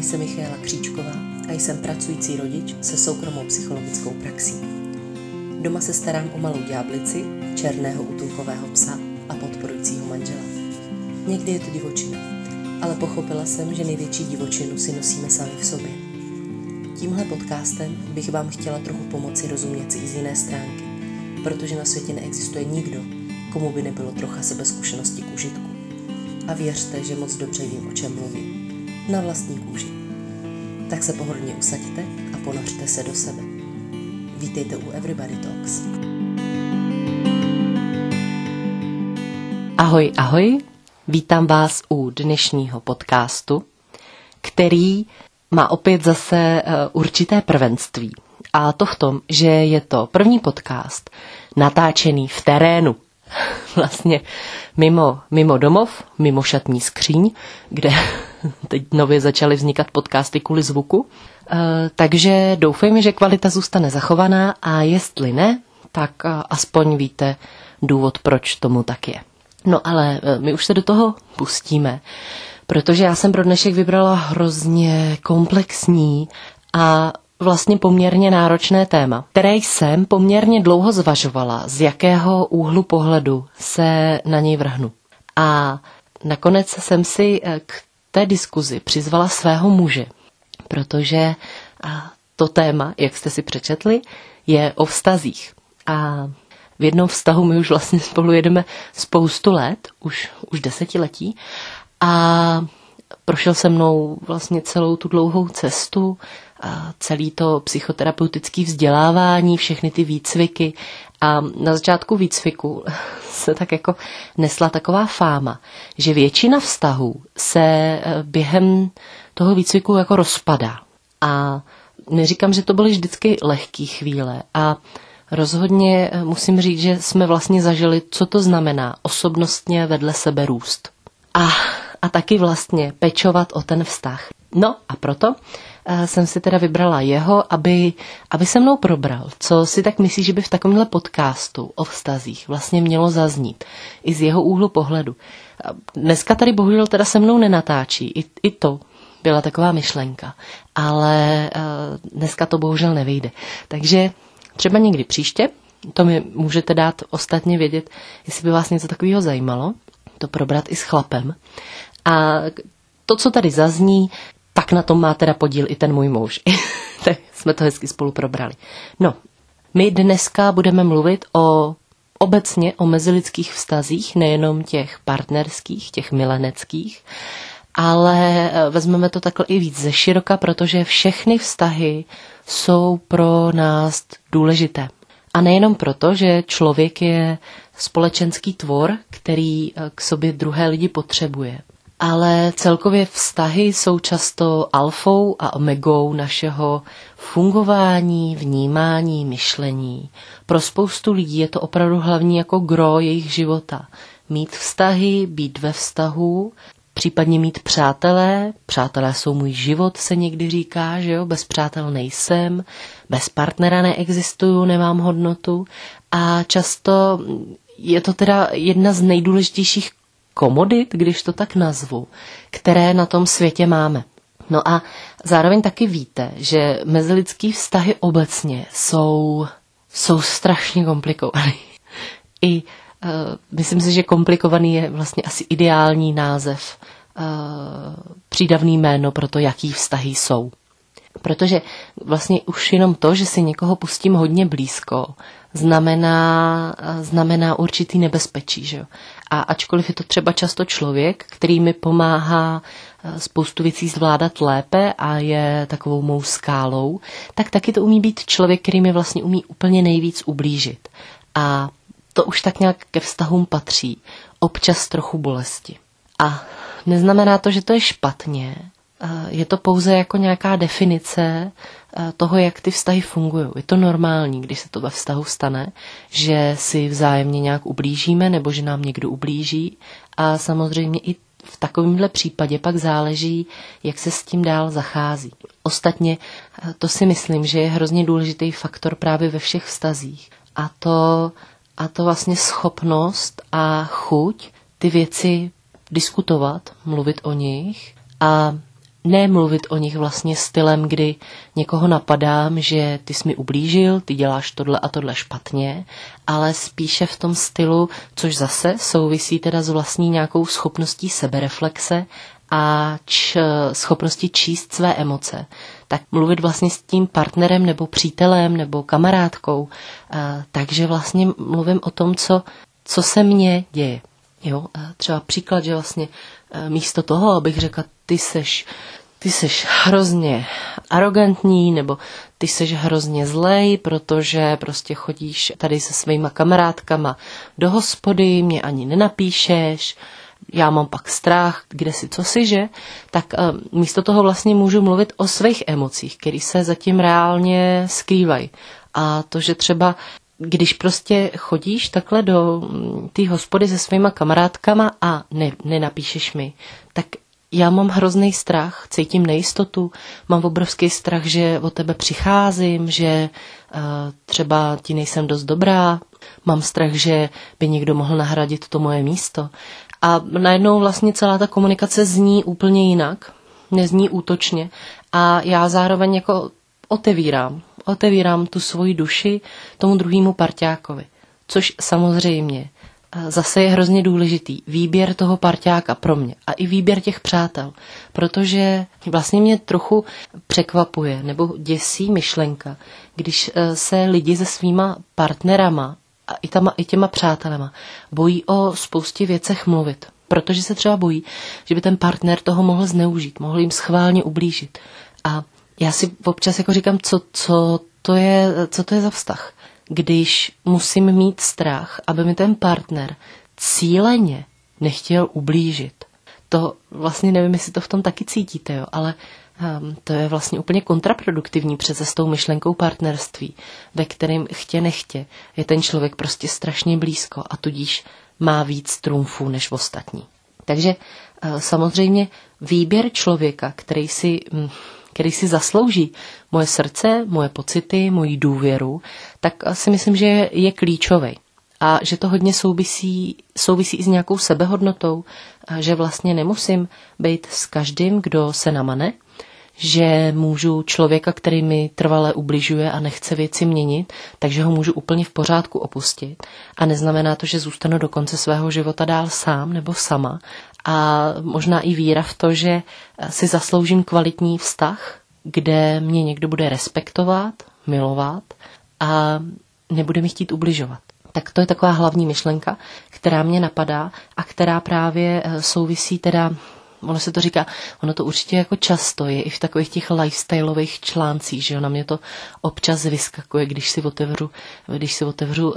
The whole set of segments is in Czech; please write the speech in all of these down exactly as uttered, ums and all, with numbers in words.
jsem Michaela Kříčková a jsem pracující rodič se soukromou psychologickou praxí. Doma se starám o malou ďáblici, černého útulkového psa a podporujícího manžela. Někdy je to divočina, ale pochopila jsem, že největší divočinu si nosíme sami v sobě. Tímhle podcastem bych vám chtěla trochu pomoci rozumět si i z jiné stránky, protože na světě neexistuje nikdo, komu by nebylo trocha sebezkušenosti k užitku. A věřte, že moc dobře vím, o čem mluvím. Na vlastní kůži. Tak se pohodlně usaďte a ponořte se do sebe. Vítejte u Everybody Talks. Ahoj, ahoj. Vítám vás u dnešního podcastu, který má opět zase určité prvenství. A to v tom, že je to první podcast natáčený v terénu. Vlastně mimo, mimo domov, mimo šatní skříň, kde teď nově začaly vznikat podcasty kvůli zvuku. E, takže doufejme, že kvalita zůstane zachovaná a jestli ne, tak aspoň víte důvod, proč tomu tak je. No ale my už se do toho pustíme, protože já jsem pro dnešek vybrala hrozně komplexní a vlastně poměrně náročné téma, které jsem poměrně dlouho zvažovala, z jakého úhlu pohledu se na něj vrhnu. A nakonec jsem si k té diskuzi přizvala svého muže, protože to téma, jak jste si přečetli, je o vztazích. A v jednom vztahu my už vlastně spolu jedeme spoustu let, už, už desetiletí, a prošel se mnou vlastně celou tu dlouhou cestu, a celý to psychoterapeutické vzdělávání, všechny ty výcviky. A na začátku výcviku se tak jako nesla taková fáma, že většina vztahů se během toho výcviku jako rozpadá. A neříkám, že to byly vždycky lehké chvíle. A rozhodně musím říct, že jsme vlastně zažili, co to znamená osobnostně vedle sebe růst. A, a taky vlastně pečovat o ten vztah. No a proto jsem si teda vybrala jeho, aby, aby se mnou probral, co si tak myslí, že by v takovémhle podcastu o vztazích vlastně mělo zaznít. I z jeho úhlu pohledu. Dneska tady bohužel teda se mnou nenatáčí, i, i to byla taková myšlenka, ale dneska to bohužel nevyjde. Takže třeba někdy příště, to mi můžete dát ostatně vědět, jestli by vás něco takového zajímalo, to probrat i s chlapem. A to, co tady zazní, tak na tom má teda podíl i ten můj muž. Tak jsme to hezky spolu probrali. No, my dneska budeme mluvit o obecně o mezilidských vztazích, nejenom těch partnerských, těch mileneckých, ale vezmeme to takhle i víc ze široka, protože všechny vztahy jsou pro nás důležité. A nejenom proto, že člověk je společenský tvor, který k sobě druhé lidi potřebuje. Ale celkově vztahy jsou často alfou a omegou našeho fungování, vnímání, myšlení. Pro spoustu lidí je to opravdu hlavní jako gro jejich života. Mít vztahy, být ve vztahu, případně mít přátelé. Přátelé jsou můj život, se někdy říká, že jo, bez přátel nejsem, bez partnera neexistuju, nemám hodnotu. A často je to teda jedna z nejdůležitějších komodit, když to tak nazvu, které na tom světě máme. No a zároveň taky víte, že mezilidský vztahy obecně jsou, jsou strašně komplikovaný. I uh, myslím si, že komplikovaný je vlastně asi ideální název, uh, přídavný jméno pro to, jaký vztahy jsou. Protože vlastně už jenom to, že si někoho pustím hodně blízko, znamená, znamená určitý nebezpečí. Že? A ačkoliv je to třeba často člověk, který mi pomáhá spoustu věcí zvládat lépe a je takovou mou skálou, tak taky to umí být člověk, který mi vlastně umí úplně nejvíc ublížit. A to už tak nějak ke vztahům patří. Občas trochu bolesti. A neznamená to, že to je špatně. Je to pouze jako nějaká definice toho, jak ty vztahy fungují. Je to normální, když se to ve vztahu stane, že si vzájemně nějak ublížíme nebo že nám někdo ublíží. A samozřejmě i v takovémhle případě pak záleží, jak se s tím dál zachází. Ostatně to si myslím, že je hrozně důležitý faktor právě ve všech vztazích. A to, a to vlastně schopnost a chuť ty věci diskutovat, mluvit o nich a ne mluvit o nich vlastně stylem, kdy někoho napadám, že ty jsi mi ublížil, ty děláš tohle a tohle špatně, ale spíše v tom stylu, což zase souvisí teda s vlastní nějakou schopností sebereflexe a č, schopnosti číst své emoce. Tak mluvit vlastně s tím partnerem nebo přítelem nebo kamarádkou, a, takže vlastně mluvím o tom, co, co se mně děje. Jo? A třeba příklad, že vlastně místo toho, abych řekla, ty seš, ty seš hrozně arrogantní, nebo ty seš hrozně zlej, protože prostě chodíš tady se svýma kamarádkama do hospody, mě ani nenapíšeš, já mám pak strach, kde si, co si, že? Tak uh, místo toho vlastně můžu mluvit o svých emocích, které se zatím reálně skrývají. A to, že třeba když prostě chodíš takhle do té hospody se svýma kamarádkama a ne, nenapíšeš mi, tak já mám hrozný strach, cítím nejistotu, mám obrovský strach, že o tebe přicházím, že uh, třeba ti nejsem dost dobrá, mám strach, že by někdo mohl nahradit to moje místo. A najednou vlastně celá ta komunikace zní úplně jinak, nezní útočně a já zároveň jako otevírám, otevírám tu svoji duši tomu druhému parťákovi, což samozřejmě zase je hrozně důležitý. Výběr toho parťáka pro mě a i výběr těch přátel, protože vlastně mě trochu překvapuje nebo děsí myšlenka, když se lidi se svýma partnerama a i, tama, i těma přátelema bojí o spoustě věcech mluvit, protože se třeba bojí, že by ten partner toho mohl zneužít, mohl jim schválně ublížit. A já si občas jako říkám, co, co, to je, co to je za vztah, když musím mít strach, aby mi ten partner cíleně nechtěl ublížit. To vlastně nevím, jestli to v tom taky cítíte, jo, ale um, to je vlastně úplně kontraproduktivní přece s tou myšlenkou partnerství, ve kterém chtě nechtě je ten člověk prostě strašně blízko a tudíž má víc trumfů než ostatní. Takže uh, samozřejmě výběr člověka, který si... Um, který si zaslouží moje srdce, moje pocity, moji důvěru, tak si myslím, že je klíčový. A že to hodně souvisí, souvisí i s nějakou sebehodnotou, že vlastně nemusím být s každým, kdo se namane, že můžu člověka, který mi trvale ubližuje a nechce věci měnit, takže ho můžu úplně v pořádku opustit. A neznamená to, že zůstanu do konce svého života dál sám nebo sama. A možná i víra v to, že si zasloužím kvalitní vztah, kde mě někdo bude respektovat, milovat a nebude mi chtít ubližovat. Tak to je taková hlavní myšlenka, která mě napadá a která právě souvisí teda, ono se to říká, ono to určitě jako často je i v takových těch lifestyleových článcích, že jo, na mě to občas vyskakuje, když si otevřu, když si otevřu uh,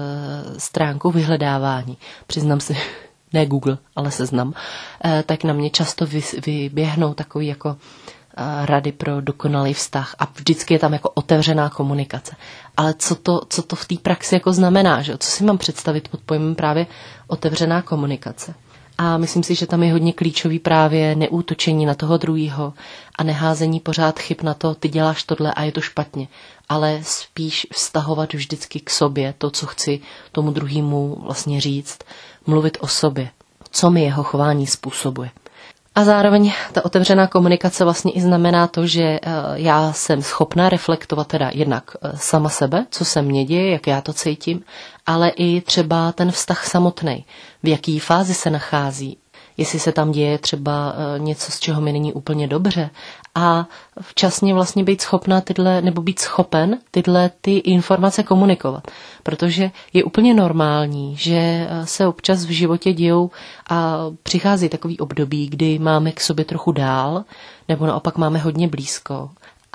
stránku vyhledávání. Přiznám si, ne Google, ale Seznam, eh, tak na mě často vy, vyběhnou takový jako eh, rady pro dokonalý vztah a vždycky je tam jako otevřená komunikace. Ale co to, co to v té praxi jako znamená, že? Co si mám představit pod pojmem právě otevřená komunikace? A myslím si, že tam je hodně klíčový právě neútočení na toho druhýho a neházení pořád chyb na to, ty děláš tohle a je to špatně, ale spíš vztahovat vždycky k sobě to, co chci tomu druhému vlastně říct, mluvit o sobě, co mi jeho chování způsobuje. A zároveň ta otevřená komunikace vlastně i znamená to, že já jsem schopná reflektovat teda jednak sama sebe, co se mně děje, jak já to cítím, ale i třeba ten vztah samotný, v jaký fázi se nachází, jestli se tam děje třeba něco, z čeho mi není úplně dobře a včasně vlastně být schopná tyhle, nebo být schopen tyhle ty informace komunikovat. Protože je úplně normální, že se občas v životě dějou a přichází takový období, kdy máme k sobě trochu dál, nebo naopak máme hodně blízko.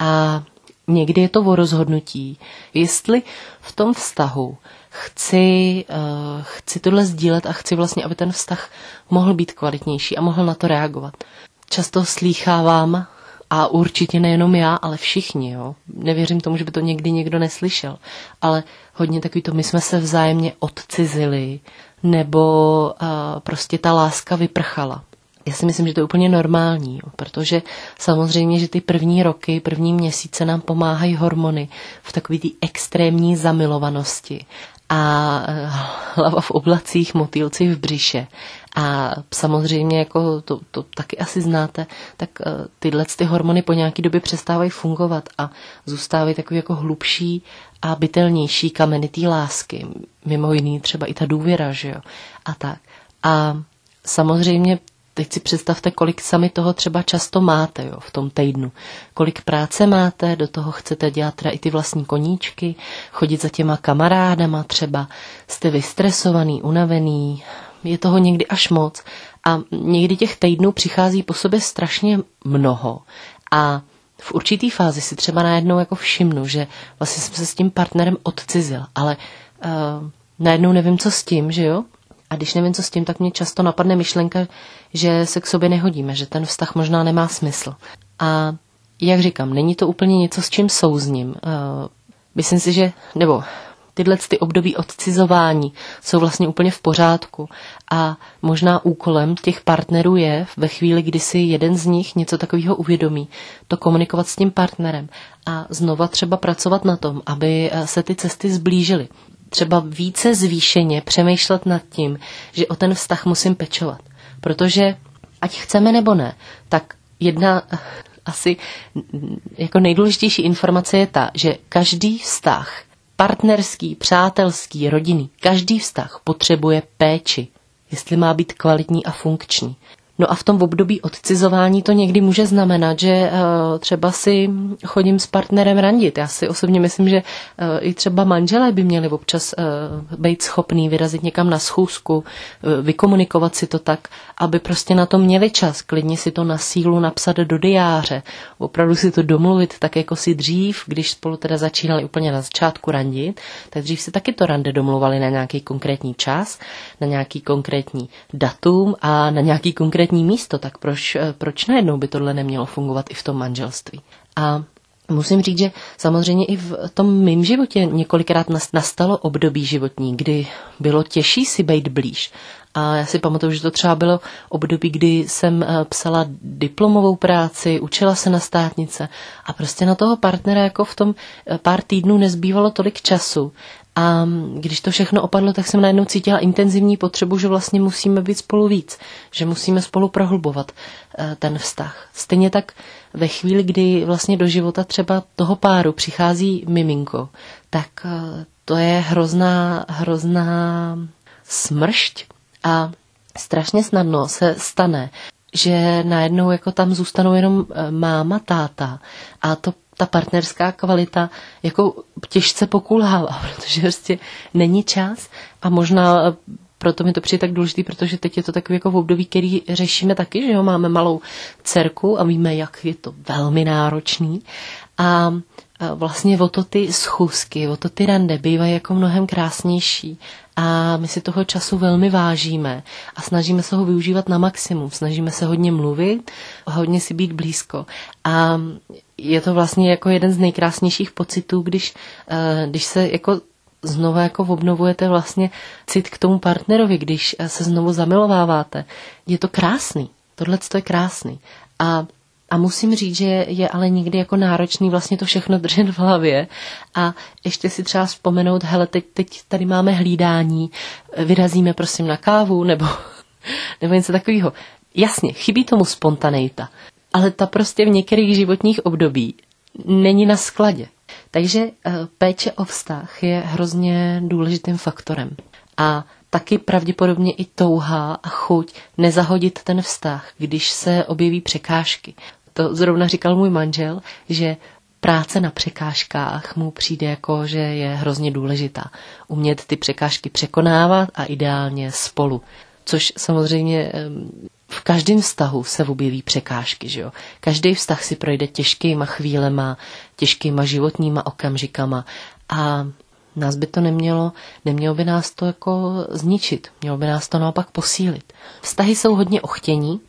A někdy je to o rozhodnutí, jestli v tom vztahu chci, uh, chci tohle sdílet a chci vlastně, aby ten vztah mohl být kvalitnější a mohl na to reagovat. Často slýchávám, a určitě nejenom já, ale všichni, jo. Nevěřím tomu, že by to někdy někdo neslyšel, ale hodně takový to, my jsme se vzájemně odcizili, nebo uh, prostě ta láska vyprchala. Já si myslím, že to je úplně normální, jo, protože samozřejmě, že ty první roky, první měsíce nám pomáhají hormony v takové té extrémní zamilovanosti a hlava v oblacích, motýlci v břiše. A samozřejmě, jako to, to taky asi znáte, tak tyhle ty hormony po nějaký době přestávají fungovat a zůstávají takový jako hlubší a bytelnější kameny té lásky. Mimo jiný třeba i ta důvěra, že jo, a tak. A samozřejmě teď si představte, kolik sami toho třeba často máte, jo, v tom týdnu. Kolik práce máte, do toho chcete dělat teda i ty vlastní koníčky, chodit za těma kamarádama třeba, jste vystresovaný, unavený, je toho někdy až moc a někdy těch týdnů přichází po sobě strašně mnoho a v určitý fázi si třeba najednou jako všimnu, že vlastně jsem se s tím partnerem odcizil, ale uh, najednou nevím, co s tím, že jo? A když nevím, co s tím, tak mě často napadne myšlenka, že se k sobě nehodíme, že ten vztah možná nemá smysl. A jak říkám, není to úplně něco, s čím souzním. Uh, myslím si, že, nebo tyhle ty období odcizování jsou vlastně úplně v pořádku a možná úkolem těch partnerů je ve chvíli, kdy si jeden z nich něco takového uvědomí, to komunikovat s tím partnerem a znova třeba pracovat na tom, aby se ty cesty zblížily. Třeba více zvýšeně přemýšlet nad tím, že o ten vztah musím pečovat. Protože ať chceme nebo ne, tak jedna asi jako nejdůležitější informace je ta, že každý vztah, partnerský, přátelský, rodinný, každý vztah potřebuje péči, jestli má být kvalitní a funkční. No a v tom období odcizování to někdy může znamenat, že uh, třeba si chodím s partnerem randit. Já si osobně myslím, že uh, i třeba manželé by měli občas uh, být schopný vyrazit někam na schůzku, uh, vykomunikovat si to tak, aby prostě na to měli čas, klidně si to na sílu napsat do diáře, opravdu si to domluvit tak, jako si dřív, když spolu teda začínali úplně na začátku randit, tak dřív si taky to rande domluvali na nějaký konkrétní čas, na nějaký konkrétní datum a na nějaký konkrétní místo, tak proč, proč najednou by tohle nemělo fungovat i v tom manželství. A musím říct, že samozřejmě i v tom mým životě několikrát nastalo období životní, kdy bylo těžší si být blíž. A já si pamatuju, že to třeba bylo období, kdy jsem psala diplomovou práci, učila se na státnice a prostě na toho partnera jako v tom pár týdnů nezbývalo tolik času. A když to všechno opadlo, tak jsem najednou cítila intenzivní potřebu, že vlastně musíme být spolu víc, že musíme spolu prohlubovat ten vztah. Stejně tak ve chvíli, kdy vlastně do života třeba toho páru přichází miminko, tak to je hrozná, hrozná smršť a strašně snadno se stane, že najednou jako tam zůstanou jenom máma, táta a to ta partnerská kvalita jako těžce pokulhává, protože prostě není čas a možná proto mi to přijde tak důležitý, protože teď je to takový jako v období, který řešíme taky, že jo, máme malou dcerku a víme, jak je to velmi náročný a vlastně o to ty schůzky, o to ty rande bývají jako mnohem krásnější a my si toho času velmi vážíme a snažíme se ho využívat na maximum, snažíme se hodně mluvit, hodně si být blízko a je to vlastně jako jeden z nejkrásnějších pocitů, když, když se jako znova jako obnovujete vlastně cit k tomu partnerovi, když se znovu zamilováváte. Je to krásný, tohle je krásný a A musím říct, že je ale někdy jako náročný vlastně to všechno držet v hlavě a ještě si třeba vzpomenout, hele, teď, teď tady máme hlídání, vyrazíme prosím na kávu nebo, nebo něco takového. Jasně, chybí tomu spontaneita, ale ta prostě v některých životních období není na skladě. Takže péče o vztah je hrozně důležitým faktorem. A taky pravděpodobně i touha a chuť nezahodit ten vztah, když se objeví překážky. To zrovna říkal můj manžel, že práce na překážkách mu přijde jako, že je hrozně důležitá. Umět ty překážky překonávat a ideálně spolu. Což samozřejmě v každém vztahu se objeví překážky, že jo. Každý vztah si projde těžkýma chvílema, těžkýma životníma okamžikama a nás by to nemělo, nemělo by nás to jako zničit, mělo by nás to naopak posílit. Vztahy jsou hodně o chtění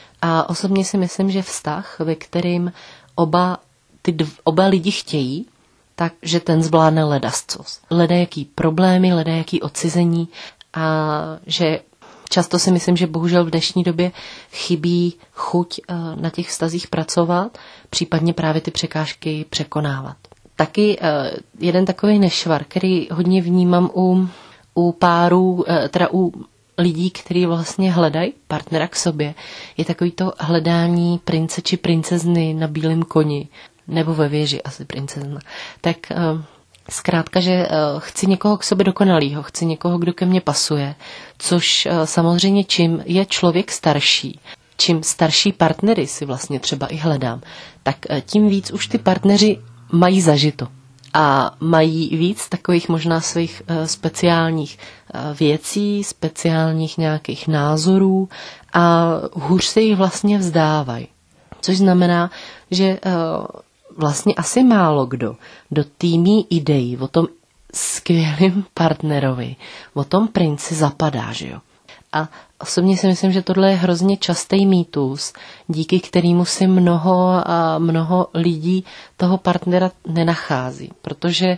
a osobně si myslím, že vztah, ve kterým oba, ty dv, oba lidi chtějí, takže ten zvládne ledascos. Ledajaký problémy, ledajaký odcizení a že často si myslím, že bohužel v dnešní době chybí chuť na těch vztazích pracovat, případně právě ty překážky překonávat. taky jeden takový nešvar, který hodně vnímám u, u párů, teda u lidí, kteří vlastně hledají partnera k sobě, je takový to hledání prince či princezny na bílém koni, nebo ve věži asi princezna. Tak zkrátka, že chci někoho k sobě dokonalýho, chci někoho, kdo ke mně pasuje, což samozřejmě čím je člověk starší, čím starší partnery si vlastně třeba i hledám, tak tím víc už ty partneři mají zažito a mají víc takových možná svých speciálních věcí, speciálních nějakých názorů a hůř se jich vlastně vzdávají. Což znamená, že vlastně asi málo kdo do týmí ideí o tom skvělým partnerovi, o tom princi zapadá, že jo. A osobně si myslím, že tohle je hrozně častý mýtus, díky kterému si mnoho a mnoho lidí toho partnera nenachází. Protože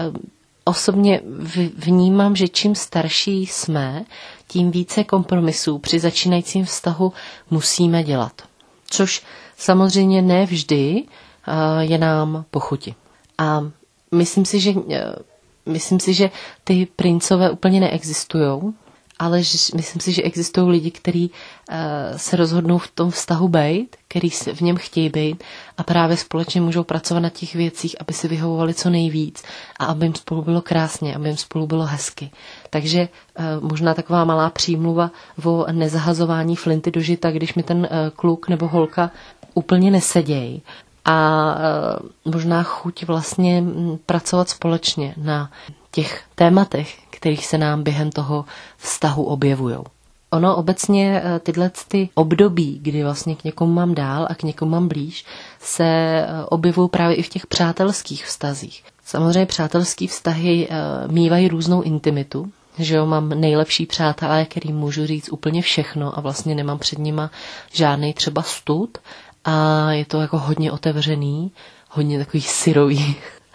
osobně vnímám, že čím starší jsme, tím více kompromisů při začínajícím vztahu musíme dělat. Což samozřejmě ne vždy je nám po chuti. A myslím si, že, myslím si, že ty princové úplně neexistujou, ale že, myslím si, že existují lidi, kteří uh, se rozhodnou v tom vztahu být, který se v něm chtějí být a právě společně můžou pracovat na těch věcích, aby si vyhovovali co nejvíc a aby jim spolu bylo krásně, aby jim spolu bylo hezky. Takže uh, možná taková malá přímluva o nezahazování flinty do žita, když mi ten uh, kluk nebo holka úplně nesedějí. A uh, možná chuť vlastně pracovat společně na těch tématech, kterých se nám během toho vztahu objevujou. Ono obecně tyhle ty období, kdy vlastně k někomu mám dál a k někomu mám blíž, se objevují právě i v těch přátelských vztazích. Samozřejmě přátelský vztahy mívají různou intimitu, že jo, mám nejlepší přátelé, kterým můžu říct úplně všechno a vlastně nemám před nima žádnej třeba stud a je to jako hodně otevřený, hodně takový syrový.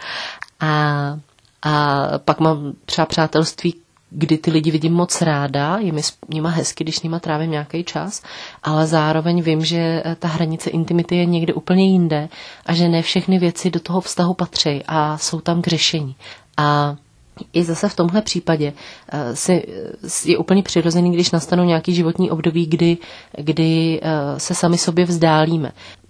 A A pak mám třeba přátelství, kdy ty lidi vidím moc ráda, je mi s nima hezky, když s nima trávím nějaký čas, ale zároveň vím, že ta hranice intimity je někde úplně jinde a že ne všechny věci do toho vztahu patří a jsou tam k řešení. A i zase v tomhle případě si, je úplně přirozený, když nastanou nějaký životní období, kdy, kdy se sami sobě vzdálíme.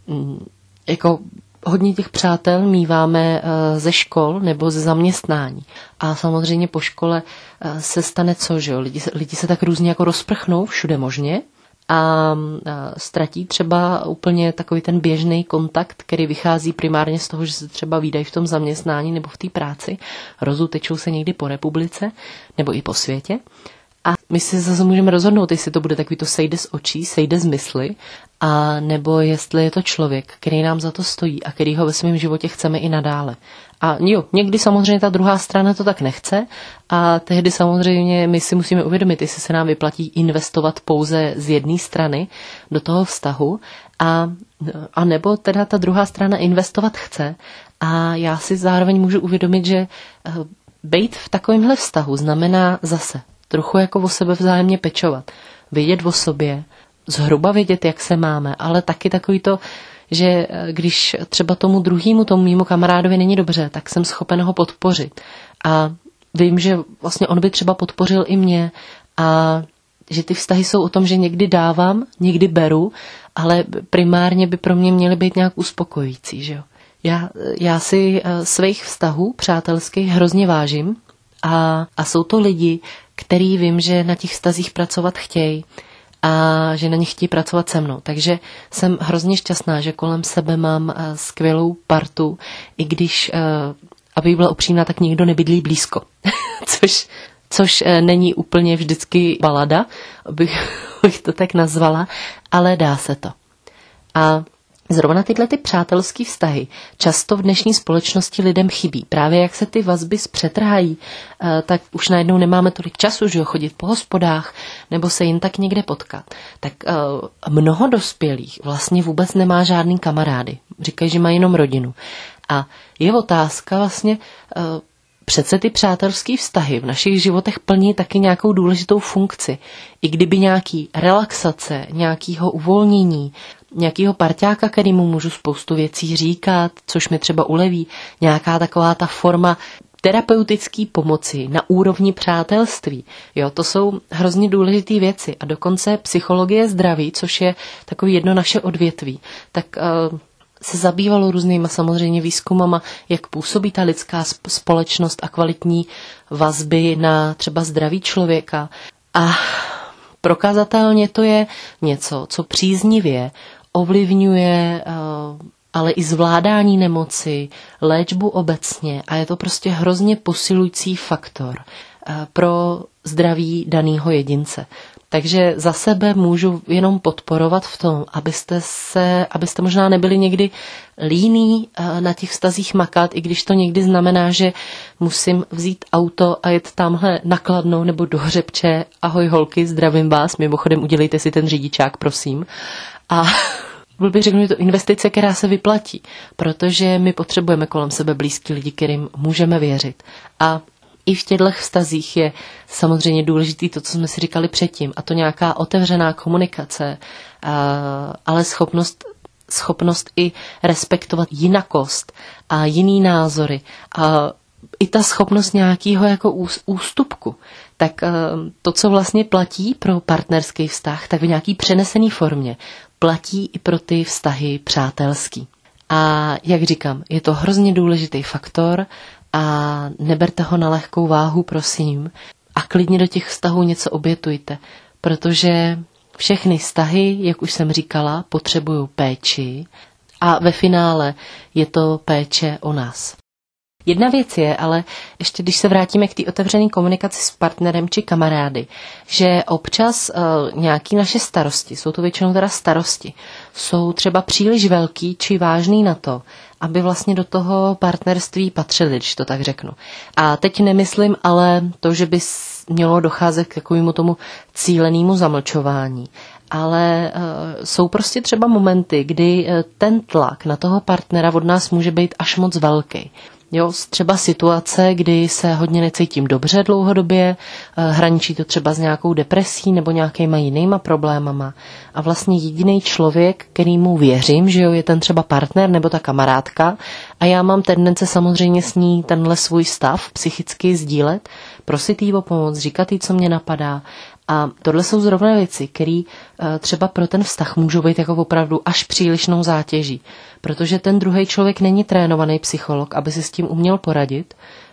Jako hodně těch přátel míváme ze škol nebo ze zaměstnání. A samozřejmě po škole se stane co, že jo? Lidi, lidi se tak různě jako rozprchnou všude možně a ztratí třeba úplně takový ten běžný kontakt, který vychází primárně z toho, že se třeba vídají v tom zaměstnání nebo v té práci, rozutečou se někdy po republice nebo i po světě. A my si zase můžeme rozhodnout, jestli to bude takový to sejde z očí, sejde z mysli, a nebo jestli je to člověk, který nám za to stojí a který ho ve svém životě chceme i nadále. A jo, někdy samozřejmě ta druhá strana to tak nechce a tehdy samozřejmě my si musíme uvědomit, jestli se nám vyplatí investovat pouze z jedné strany do toho vztahu a, a nebo teda ta druhá strana investovat chce a já si zároveň můžu uvědomit, že být v takovémhle vztahu znamená zase trochu jako o sebe vzájemně pečovat, vědět o sobě, zhruba vědět, jak se máme, ale taky takový to, že když třeba tomu druhému, tomu mému kamarádovi není dobře, tak jsem schopen ho podpořit. A vím, že vlastně on by třeba podpořil i mě a že ty vztahy jsou o tom, že někdy dávám, někdy beru, ale primárně by pro mě měly být nějak uspokojící. Že jo? Já, já si svých vztahů přátelských hrozně vážím a, a jsou to lidi, který vím, že na těch vztazích pracovat chtějí a že na nich chtějí pracovat se mnou. Takže jsem hrozně šťastná, že kolem sebe mám skvělou partu, i když, aby byla upřímná, tak nikdo nebydlí blízko. což, což není úplně vždycky balada, bych, bych to tak nazvala, ale dá se to. A zrovna tyhle ty přátelský vztahy často v dnešní společnosti lidem chybí. Právě jak se ty vazby zpřetrhají, tak už najednou nemáme tolik času, že jo, chodit po hospodách nebo se jen tak někde potkat. Tak mnoho dospělých vlastně vůbec nemá žádný kamarády. Říkají, že mají jenom rodinu. A je otázka vlastně, přece ty přátelské vztahy v našich životech plní taky nějakou důležitou funkci. I kdyby nějaký relaxace, nějakého uvolnění, nějakýho parťáka, kterýmu můžu spoustu věcí říkat, což mi třeba uleví, nějaká taková ta forma terapeutické pomoci na úrovni přátelství. Jo, to jsou hrozně důležité věci a dokonce psychologie zdraví, což je takový jedno naše odvětví, tak uh, se zabývalo různýma samozřejmě výzkumama, jak působí ta lidská společnost a kvalitní vazby na třeba zdraví člověka. A prokazatelně to je něco, co příznivě ovlivňuje uh, ale i zvládání nemoci, léčbu obecně a je to prostě hrozně posilující faktor pro zdraví daného jedince. Takže za sebe můžu jenom podporovat v tom, abyste se, abyste možná nebyli někdy líní na těch vztazích makat, i když to někdy znamená, že musím vzít auto a jet tamhle na Kladno nebo do Hřebče. Ahoj holky, zdravím vás, mimochodem udělejte si ten řidičák, prosím. A byl bych řekl, že to investice, která se vyplatí, protože my potřebujeme kolem sebe blízký lidi, kterým můžeme věřit. A i v těchto vztazích je samozřejmě důležitý to, co jsme si říkali předtím, a to nějaká otevřená komunikace, ale schopnost, schopnost i respektovat jinakost a jiný názory a i ta schopnost nějakého jako ústupku. Tak to, co vlastně platí pro partnerský vztah, tak v nějaký přenesený formě platí i pro ty vztahy přátelský. A jak říkám, je to hrozně důležitý faktor a neberte ho na lehkou váhu, prosím. A klidně do těch vztahů něco obětujte, protože všechny vztahy, jak už jsem říkala, potřebují péči a ve finále je to péče o nás. Jedna věc je, ale ještě když se vrátíme k té otevřené komunikaci s partnerem či kamarády, že občas uh, nějaké naše starosti, jsou to většinou teda starosti, jsou třeba příliš velký či vážný na to, aby vlastně do toho partnerství patřili, když to tak řeknu. A teď nemyslím ale to, že by mělo docházet k takovému tomu cílenému zamlčování, ale uh, jsou prostě třeba momenty, kdy uh, ten tlak na toho partnera od nás může být až moc velký. Jo, třeba situace, kdy se hodně necítím dobře dlouhodobě, hraničí to třeba s nějakou depresí nebo nějakýma jinýma problémama. A vlastně jediný člověk, kterýmu věřím, že jo, je ten třeba partner nebo ta kamarádka a já mám tendence samozřejmě s ní tenhle svůj stav psychicky sdílet, prosit jí o pomoc, říkat jí, co mě napadá. A tohle jsou zrovna věci, které třeba pro ten vztah můžou být jako opravdu až přílišnou zátěží. Protože ten druhý člověk není trénovaný psycholog, aby si s tím uměl poradit,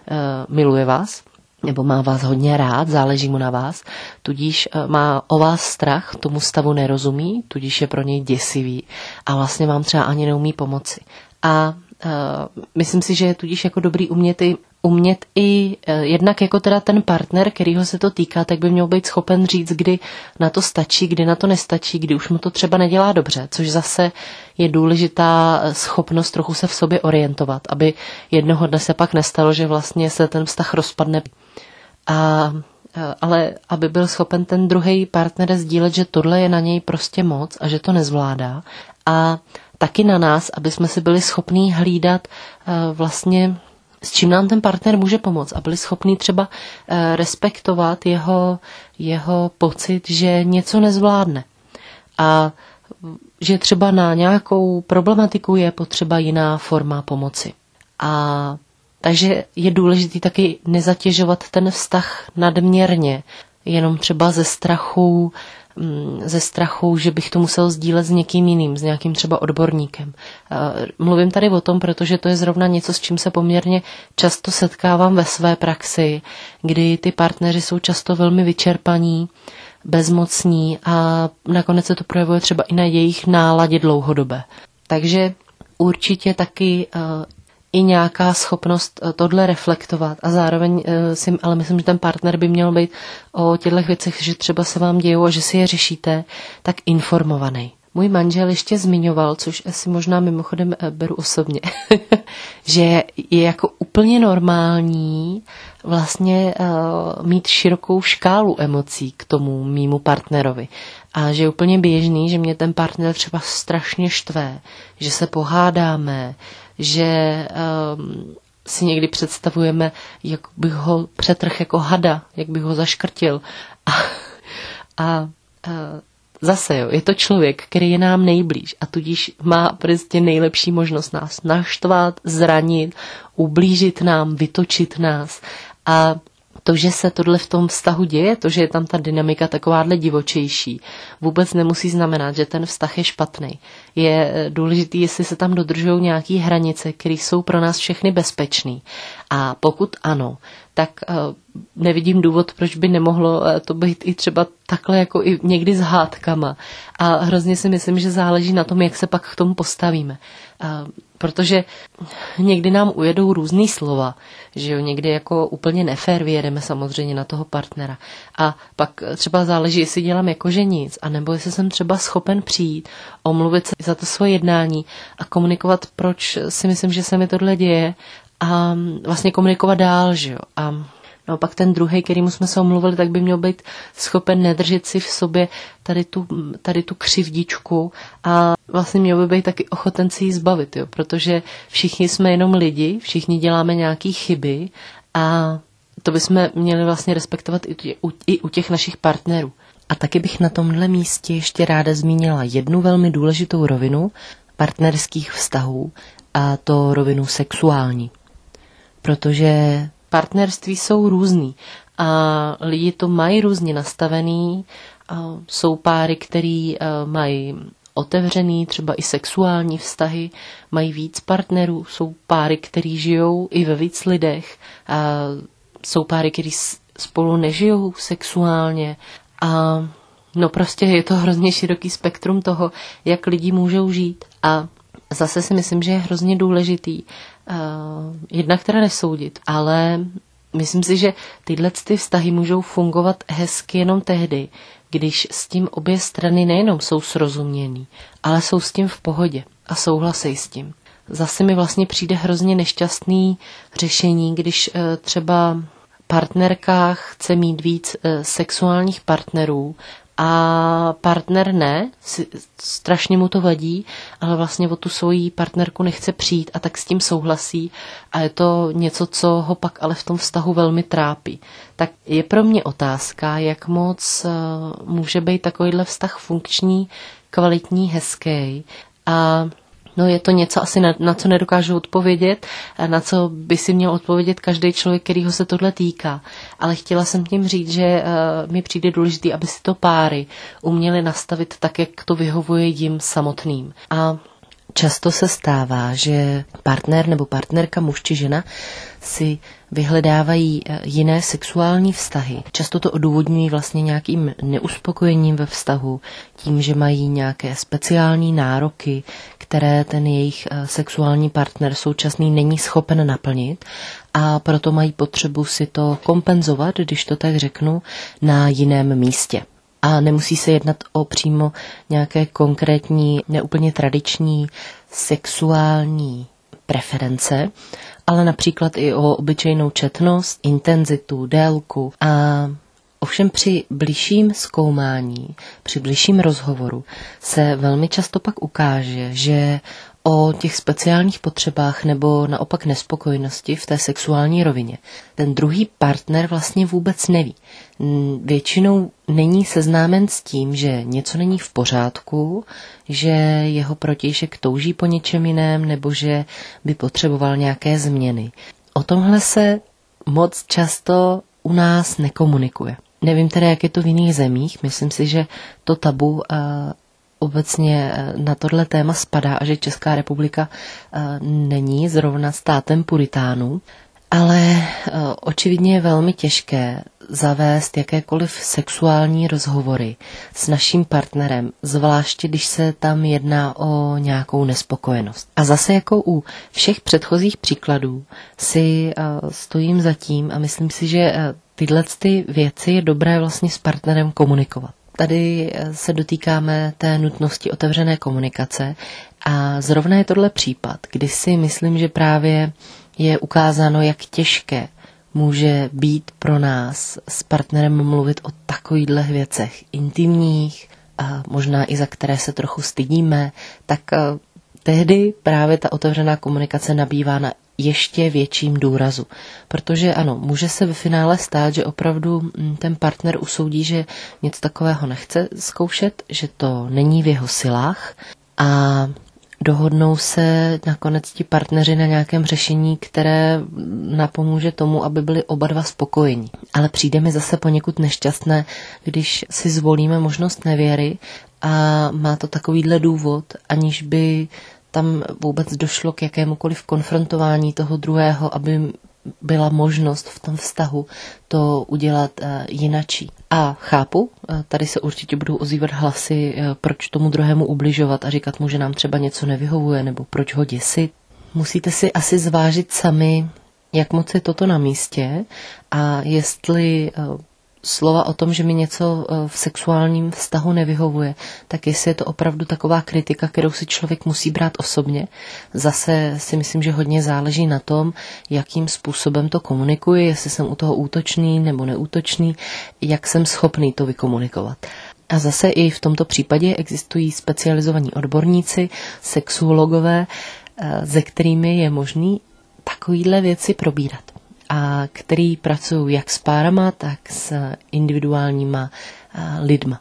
miluje vás, nebo má vás hodně rád, záleží mu na vás, tudíž má o vás strach, tomu stavu nerozumí, tudíž je pro něj děsivý a vlastně vám třeba ani neumí pomoci. A uh, myslím si, že je tudíž jako dobrý umět i, umět i uh, jednak jako teda ten partner, kterýho se to týká, tak by měl být schopen říct, kdy na to stačí, kdy na to nestačí, kdy už mu to třeba nedělá dobře, což zase je důležitá schopnost trochu se v sobě orientovat, aby jednoho dne se pak nestalo, že vlastně se ten vztah rozpadne. A, ale aby byl schopen ten druhý partner sdílet, že tohle je na něj prostě moc a že to nezvládá. A taky na nás, aby jsme si byli schopní hlídat vlastně, s čím nám ten partner může pomoct a byli schopní třeba respektovat jeho, jeho pocit, že něco nezvládne. A že třeba na nějakou problematiku je potřeba jiná forma pomoci. A takže je důležité taky nezatěžovat ten vztah nadměrně, jenom třeba ze strachu, ze strachu, že bych to musel sdílet s někým jiným, s nějakým třeba odborníkem. Mluvím tady o tom, protože to je zrovna něco, s čím se poměrně často setkávám ve své praxi, kdy ty partneři jsou často velmi vyčerpaní, bezmocní a nakonec se to projevuje třeba i na jejich náladě dlouhodobé. Takže určitě taky i nějaká schopnost tohle reflektovat a zároveň si, ale myslím, že ten partner by měl být o těchto věcech, že třeba se vám dějou a že si je řešíte, tak informovaný. Můj manžel ještě zmiňoval, což asi možná mimochodem beru osobně, že je jako úplně normální vlastně uh, mít širokou škálu emocí k tomu mýmu partnerovi. A že je úplně běžný, že mě ten partner třeba strašně štve, že se pohádáme, že um, si někdy představujeme, jak bych ho přetrhl jako hada, jak bych ho zaškrtil. A, a uh, zase jo, je to člověk, který je nám nejblíž a tudíž má prostě nejlepší možnost nás naštvat, zranit, ublížit nám, vytočit nás. A to, že se tohle v tom vztahu děje, to, že je tam ta dynamika takováhle divočejší, vůbec nemusí znamenat, že ten vztah je špatný. Je důležitý, jestli se tam dodržují nějaké hranice, které jsou pro nás všechny bezpečné. A pokud ano, tak uh, nevidím důvod, proč by nemohlo uh, to být i třeba takhle jako i někdy s hádkama. A hrozně si myslím, že záleží na tom, jak se pak k tomu postavíme. Uh, protože někdy nám ujedou různý slova, že jo, někdy jako úplně nefér vyjedeme samozřejmě na toho partnera. A pak třeba záleží, jestli dělám jakože nic, anebo jestli jsem třeba schopen přijít, omluvit se za to svoje jednání a komunikovat, proč si myslím, že se mi tohle děje a vlastně komunikovat dál, že jo. A no pak ten druhý, kterýmu jsme se omluvili, tak by měl být schopen nedržet si v sobě tady tu, tady tu křivdičku a vlastně měl by být taky ochoten si ji zbavit, jo, protože všichni jsme jenom lidi, všichni děláme nějaký chyby a to bychom měli vlastně respektovat i u, i u těch našich partnerů. A taky bych na tomhle místě ještě ráda zmínila jednu velmi důležitou rovinu partnerských vztahů a to rovinu sexuální. Protože partnerství jsou různý a lidi to mají různě nastavený. A jsou páry, který mají otevřený třeba i sexuální vztahy, mají víc partnerů, jsou páry, který žijou i ve víc lidech, a jsou páry, který spolu nežijou sexuálně a no prostě je to hrozně široký spektrum toho, jak lidi můžou žít a zase si myslím, že je hrozně důležitý uh, jednak teda nesoudit, ale myslím si, že tyhle ty vztahy můžou fungovat hezky jenom tehdy, když s tím obě strany nejenom jsou srozuměný, ale jsou s tím v pohodě a souhlasí s tím. Zase mi vlastně přijde hrozně nešťastný řešení, když uh, třeba partnerka chce mít víc uh, sexuálních partnerů a partner ne, strašně mu to vadí, ale vlastně o tu svoji partnerku nechce přijít a tak s tím souhlasí a je to něco, co ho pak ale v tom vztahu velmi trápí. Tak je pro mě otázka, jak moc může být takovýhle vztah funkční, kvalitní, hezký a no je to něco asi, na, na co nedokážu odpovědět, na co by si měl odpovědět každý člověk, kterýho se tohle týká. Ale chtěla jsem tím říct, že uh, mi přijde důležitý, aby si to páry uměli nastavit tak, jak to vyhovuje jim samotným. A často se stává, že partner nebo partnerka, muž či žena, si vyhledávají jiné sexuální vztahy. Často to odůvodňují vlastně nějakým neuspokojením ve vztahu, tím, že mají nějaké speciální nároky, které ten jejich sexuální partner současný není schopen naplnit a proto mají potřebu si to kompenzovat, když to tak řeknu, na jiném místě. A nemusí se jednat o přímo nějaké konkrétní, neúplně tradiční sexuální preference, ale například i o obyčejnou četnost, intenzitu, délku. A ovšem při bližším zkoumání, při bližším rozhovoru se velmi často pak ukáže, že o těch speciálních potřebách nebo naopak nespokojenosti v té sexuální rovině ten druhý partner vlastně vůbec neví. Většinou není seznámen s tím, že něco není v pořádku, že jeho protějšek touží po něčem jiném nebo že by potřeboval nějaké změny. O tomhle se moc často u nás nekomunikuje. Nevím teda, jak je to v jiných zemích, myslím si, že to tabu uh, obecně na tohle téma spadá a že Česká republika není zrovna státem puritánů, ale očividně je velmi těžké zavést jakékoliv sexuální rozhovory s naším partnerem, zvláště když se tam jedná o nějakou nespokojenost. A zase jako u všech předchozích příkladů si stojím za tím a myslím si, že tyhle ty věci je dobré vlastně s partnerem komunikovat. Tady se dotýkáme té nutnosti otevřené komunikace a zrovna je tohle případ, kdy si myslím, že právě je ukázáno, jak těžké může být pro nás s partnerem mluvit o takovýchhle věcech intimních a možná i za které se trochu stydíme, tak tehdy právě ta otevřená komunikace nabývá na ještě větším důrazu. Protože ano, může se ve finále stát, že opravdu ten partner usoudí, že nic takového nechce zkoušet, že to není v jeho silách a dohodnou se nakonec ti partneři na nějakém řešení, které napomůže tomu, aby byli oba dva spokojení. Ale přijde mi zase poněkud nešťastné, když si zvolíme možnost nevěry a má to takovýhle důvod, aniž by tam vůbec došlo k jakémukoliv konfrontování toho druhého, aby byla možnost v tom vztahu to udělat jinačí. A chápu, tady se určitě budou ozývat hlasy, proč tomu druhému ubližovat a říkat mu, že nám třeba něco nevyhovuje, nebo proč ho děsit. Musíte si asi zvážit sami, jak moc je toto na místě a jestli slova o tom, že mi něco v sexuálním vztahu nevyhovuje, tak jestli je to opravdu taková kritika, kterou si člověk musí brát osobně. Zase si myslím, že hodně záleží na tom, jakým způsobem to komunikuji, jestli jsem u toho útočný nebo neútočný, jak jsem schopný to vykomunikovat. A zase i v tomto případě existují specializovaní odborníci, sexuologové, se kterými je možný takovýhle věci probírat. A který pracují jak s párama, tak s individuálníma lidma.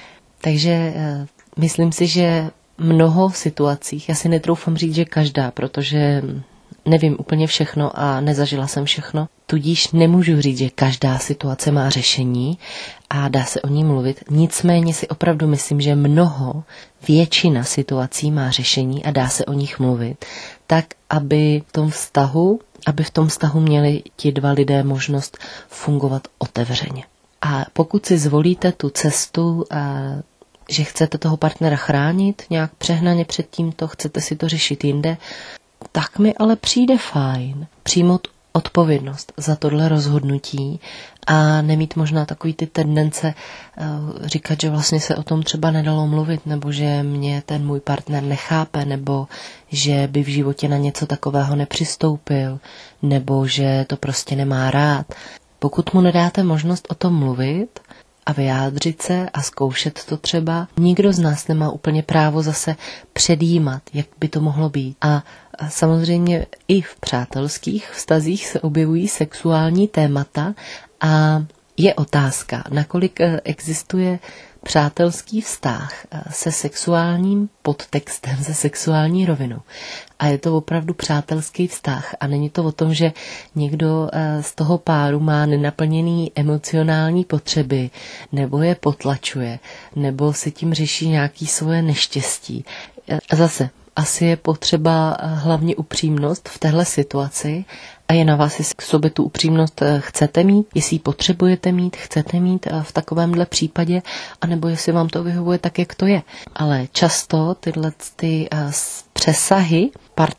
Takže myslím si, že mnoho situacích, já si netroufám říct, že každá, protože nevím úplně všechno a nezažila jsem všechno, tudíž nemůžu říct, že každá situace má řešení a dá se o ní mluvit. Nicméně si opravdu myslím, že mnoho, většina situací má řešení a dá se o nich mluvit, tak aby v tom vztahu aby v tom vztahu měli ti dva lidé možnost fungovat otevřeně. A pokud si zvolíte tu cestu, že chcete toho partnera chránit nějak přehnaně před tímto, chcete si to řešit jinde, tak mi ale přijde fajn přijmout odpovědnost za tohle rozhodnutí a nemít možná takový ty tendence říkat, že vlastně se o tom třeba nedalo mluvit, nebo že mě ten můj partner nechápe, nebo že by v životě na něco takového nepřistoupil, nebo že to prostě nemá rád. Pokud mu nedáte možnost o tom mluvit a vyjádřit se a zkoušet to třeba, nikdo z nás nemá úplně právo zase předjímat, jak by to mohlo být. A A samozřejmě i v přátelských vztazích se objevují sexuální témata a je otázka, nakolik existuje přátelský vztah se sexuálním podtextem, se sexuální rovinou. A je to opravdu přátelský vztah a není to o tom, že někdo z toho páru má nenaplněný emocionální potřeby, nebo je potlačuje, nebo si tím řeší nějaké svoje neštěstí. A zase, asi je potřeba hlavně upřímnost v téhle situaci a je na vás, jestli k sobě tu upřímnost chcete mít, jestli ji potřebujete mít, chcete mít v takovémhle případě, anebo jestli vám to vyhovuje tak, jak to je. Ale často tyhle ty přesahy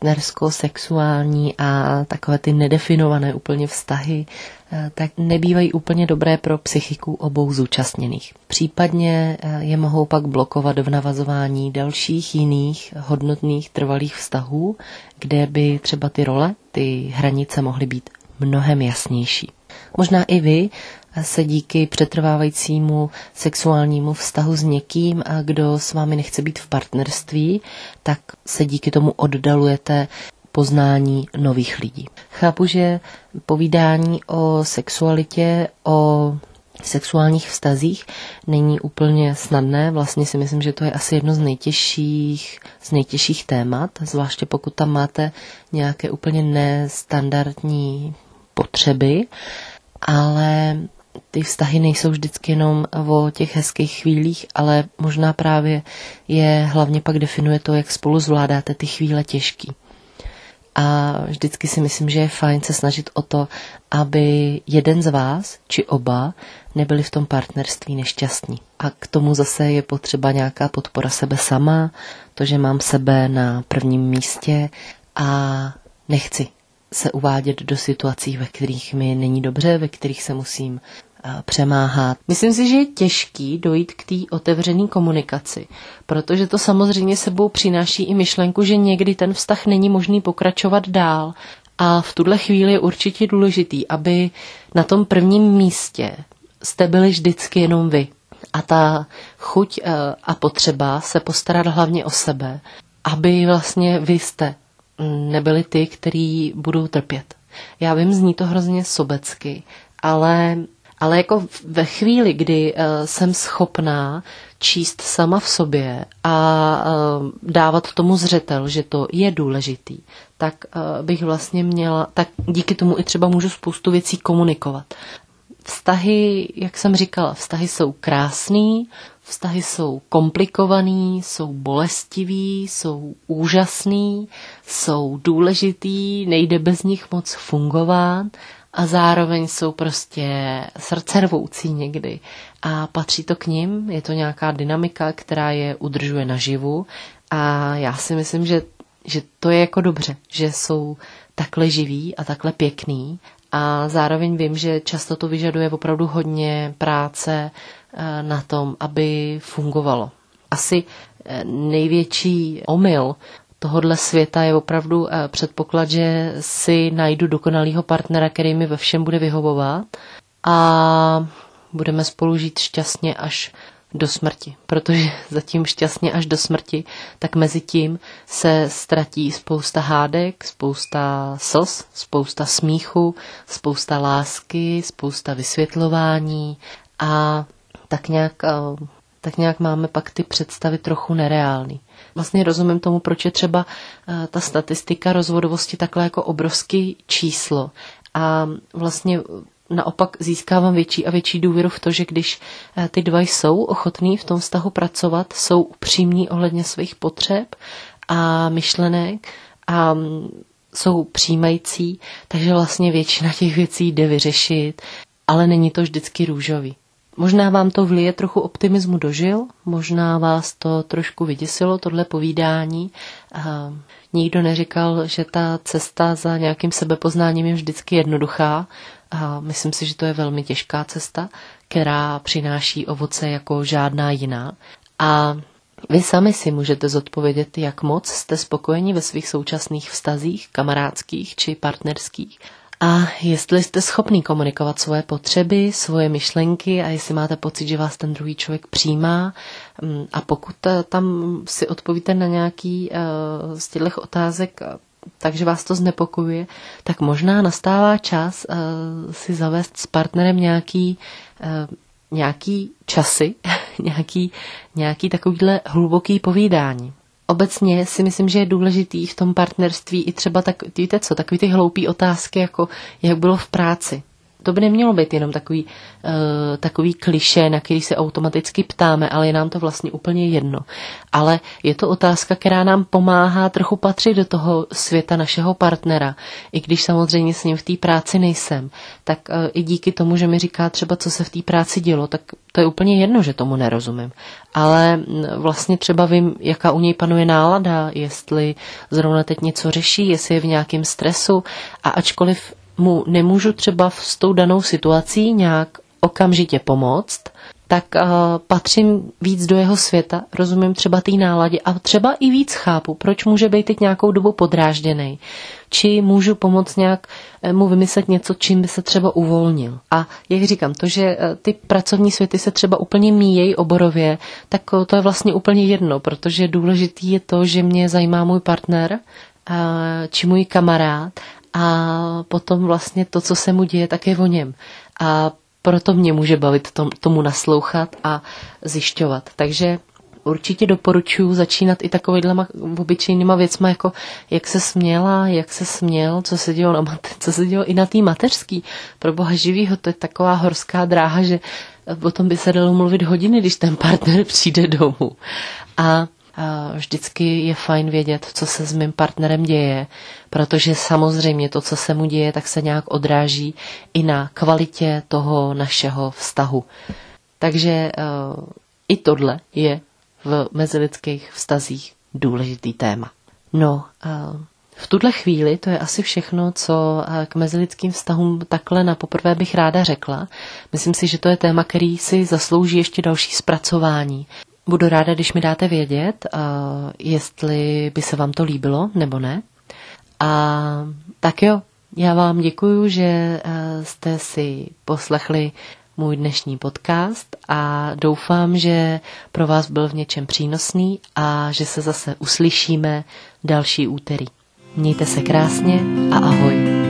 partnersko-sexuální a takové ty nedefinované úplně vztahy tak nebývají úplně dobré pro psychiku obou zúčastněných. Případně je mohou pak blokovat v navazování dalších jiných hodnotných trvalých vztahů, kde by třeba ty role, ty hranice mohly být mnohem jasnější. Možná i vy se díky přetrvávajícímu sexuálnímu vztahu s někým, kdo s vámi nechce být v partnerství, tak se díky tomu oddalujete poznání nových lidí. Chápu, že povídání o sexualitě, o sexuálních vztazích není úplně snadné. Vlastně si myslím, že to je asi jedno z nejtěžších, z nejtěžších témat, zvláště pokud tam máte nějaké úplně nestandardní potřeby, ale ty vztahy nejsou vždycky jenom o těch hezkých chvílích, ale možná právě je hlavně pak definuje to, jak spolu zvládáte ty chvíle těžký. A vždycky si myslím, že je fajn se snažit o to, aby jeden z vás, či oba, nebyli v tom partnerství nešťastní. A k tomu zase je potřeba nějaká podpora sebe sama, to, že mám sebe na prvním místě a nechci se uvádět do situací, ve kterých mi není dobře, ve kterých se musím přemáhat. Myslím si, že je těžký dojít k té otevřené komunikaci, protože to samozřejmě sebou přináší i myšlenku, že někdy ten vztah není možný pokračovat dál. A v tuhle chvíli je určitě důležitý, aby na tom prvním místě jste byli vždycky jenom vy. A ta chuť a potřeba se postarat hlavně o sebe aby vlastně vy jste nebyli ty, kteří budou trpět. Já vím, zní to hrozně sobecky, ale, ale jako ve chvíli, kdy uh, jsem schopná číst sama v sobě a uh, dávat tomu zřetel, že to je důležitý, tak uh, bych vlastně měla, tak díky tomu i třeba můžu spoustu věcí komunikovat. Vztahy, jak jsem říkala, vztahy jsou krásný, vztahy jsou komplikovaný, jsou bolestivý, jsou úžasný, jsou důležitý, nejde bez nich moc fungovat a zároveň jsou prostě srdcervoucí někdy. A patří to k nim, je to nějaká dynamika, která je udržuje naživu a já si myslím, že, že to je jako dobře, že jsou takhle živí a takhle pěkný. A zároveň vím, že často to vyžaduje opravdu hodně práce na tom, aby fungovalo. Asi největší omyl tohodle světa je opravdu předpoklad, že si najdu dokonalýho partnera, který mi ve všem bude vyhovovat a budeme spolu žít šťastně až do smrti, protože zatím šťastně až do smrti, tak mezi tím se ztratí spousta hádek, spousta slz, spousta smíchu, spousta lásky, spousta vysvětlování a tak nějak, tak nějak máme pak ty představy trochu nereální. Vlastně rozumím tomu, proč je třeba ta statistika rozvodovosti takhle jako obrovský číslo a vlastně naopak získávám větší a větší důvěru v to, že když ty dva jsou ochotní v tom vztahu pracovat, jsou upřímní ohledně svých potřeb a myšlenek a jsou přijímající, takže vlastně většina těch věcí jde vyřešit, ale není to vždycky růžový. Možná vám to vlije trochu optimismu do žil, možná vás to trošku vyděsilo, tohle povídání. A nikdo neříkal, že ta cesta za nějakým sebepoznáním je vždycky jednoduchá. A myslím si, že to je velmi těžká cesta, která přináší ovoce jako žádná jiná. A vy sami si můžete zodpovědět, jak moc jste spokojeni ve svých současných vztazích, kamarádských či partnerských. A jestli jste schopný komunikovat svoje potřeby, svoje myšlenky a jestli máte pocit, že vás ten druhý člověk přijímá a pokud tam si odpovíte na nějaký z těchto otázek, takže vás to znepokojuje, tak možná nastává čas si zavést s partnerem nějaký, nějaký časy, nějaký, nějaký takovýhle hluboký povídání. Obecně si myslím, že je důležitý v tom partnerství i třeba tak, víte co, takový ty hloupý otázky, jako jak bylo v práci. To by nemělo být jenom takový, uh, takový klišé, na který se automaticky ptáme, ale je nám to vlastně úplně jedno. Ale je to otázka, která nám pomáhá trochu patřit do toho světa našeho partnera. I když samozřejmě s ním v té práci nejsem, tak uh, i díky tomu, že mi říká třeba, co se v té práci dělo, tak to je úplně jedno, že tomu nerozumím. Ale vlastně třeba vím, jaká u něj panuje nálada, jestli zrovna teď něco řeší, jestli je v nějakém stresu a ačkoliv mu nemůžu třeba s tou danou situací nějak okamžitě pomoct, tak uh, patřím víc do jeho světa, rozumím třeba té náladě a třeba i víc chápu, proč může být teď nějakou dobu podrážděnej. Či můžu pomoct nějak mu vymyslet něco, čím by se třeba uvolnil. A jak říkám, to, že ty pracovní světy se třeba úplně míjejí oborově, tak to je vlastně úplně jedno, protože důležitý je to, že mě zajímá můj partner uh, či můj kamarád a potom vlastně to, co se mu děje, tak je o něm. A proto mě může bavit tom, tomu naslouchat a zjišťovat. Takže určitě doporučuji začínat i takovýhlema obyčejnýma věcma, jako jak se směla, jak se směl, co se dělo, na mate, co se dělo i na té mateřský. Pro boha živýho, to je taková horská dráha, že o tom by se dalo mluvit hodiny, když ten partner přijde domů. A A vždycky je fajn vědět, co se s mým partnerem děje, protože samozřejmě to, co se mu děje, tak se nějak odráží i na kvalitě toho našeho vztahu. Takže uh, i tohle je v mezilidských vztazích důležitý téma. No, uh, v tuhle chvíli to je asi všechno, co uh, k mezilidským vztahům takhle na poprvé bych ráda řekla. Myslím si, že to je téma, který si zaslouží ještě další zpracování. Budu ráda, když mi dáte vědět, uh, jestli by se vám to líbilo, nebo ne. A tak jo, já vám děkuju, že uh, jste si poslechli můj dnešní podcast a doufám, že pro vás byl v něčem přínosný a že se zase uslyšíme další úterý. Mějte se krásně a ahoj.